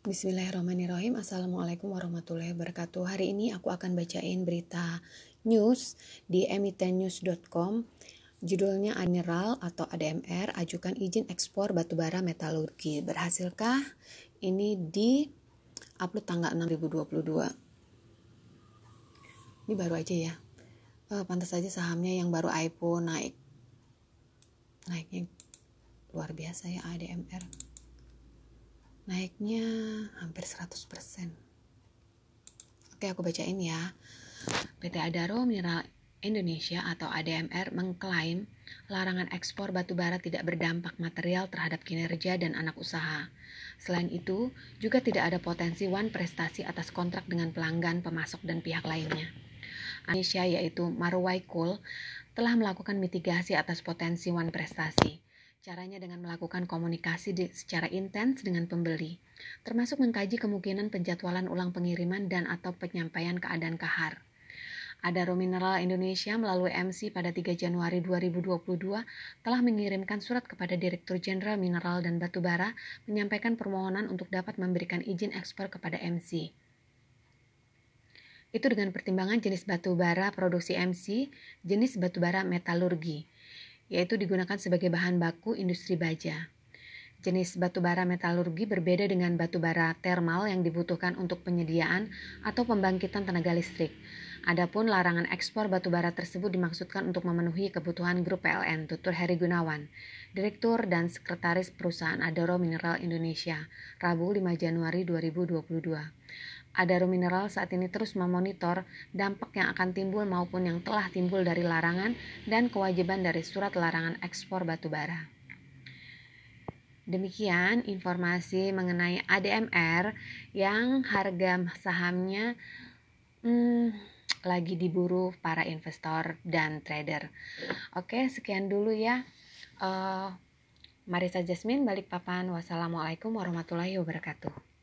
Bismillahirrahmanirrahim. Assalamualaikum warahmatullahi wabarakatuh. Hari ini aku akan bacain berita news di emitennews.com. Judulnya Mineral atau ADMR ajukan izin ekspor batubara metalurgi. Berhasilkah? Ini di upload tanggal 6 2022. Ini baru aja ya. Pantas saja sahamnya yang baru IPO naiknya luar biasa ya. ADMR naiknya hampir 100%. Oke, aku bacain ya. PT Adaro Mineral Indonesia atau ADMR mengklaim larangan ekspor batubara tidak berdampak material terhadap kinerja dan anak usaha. Selain itu, juga tidak ada potensi wan prestasi atas kontrak dengan pelanggan, pemasok, dan pihak lainnya. Indonesia yaitu Marwai Coal telah melakukan mitigasi atas potensi wan prestasi. Caranya dengan melakukan komunikasi secara intens dengan pembeli, termasuk mengkaji kemungkinan penjadwalan ulang pengiriman dan atau penyampaian keadaan kahar. Adaro Mineral Indonesia melalui MC pada 3 Januari 2022 telah mengirimkan surat kepada Direktur Jenderal Mineral dan Batubara menyampaikan permohonan untuk dapat memberikan izin ekspor kepada MC. Itu dengan pertimbangan jenis batubara produksi MC, jenis batubara metalurgi, yaitu digunakan sebagai bahan baku industri baja. Jenis batubara metalurgi berbeda dengan batubara termal yang dibutuhkan untuk penyediaan atau pembangkitan tenaga listrik. Adapun larangan ekspor batubara tersebut dimaksudkan untuk memenuhi kebutuhan grup PLN, tutur Heri Gunawan, Direktur dan Sekretaris Perusahaan Adaro Mineral Indonesia, Rabu 5 Januari 2022. Adaro Mineral saat ini terus memonitor dampak yang akan timbul maupun yang telah timbul dari larangan dan kewajiban dari surat larangan ekspor batubara. Demikian informasi mengenai ADMR yang harga sahamnya lagi diburu para investor dan trader. Oke, sekian dulu ya. Marissa Jasmine, Balikpapan. Wassalamualaikum warahmatullahi wabarakatuh.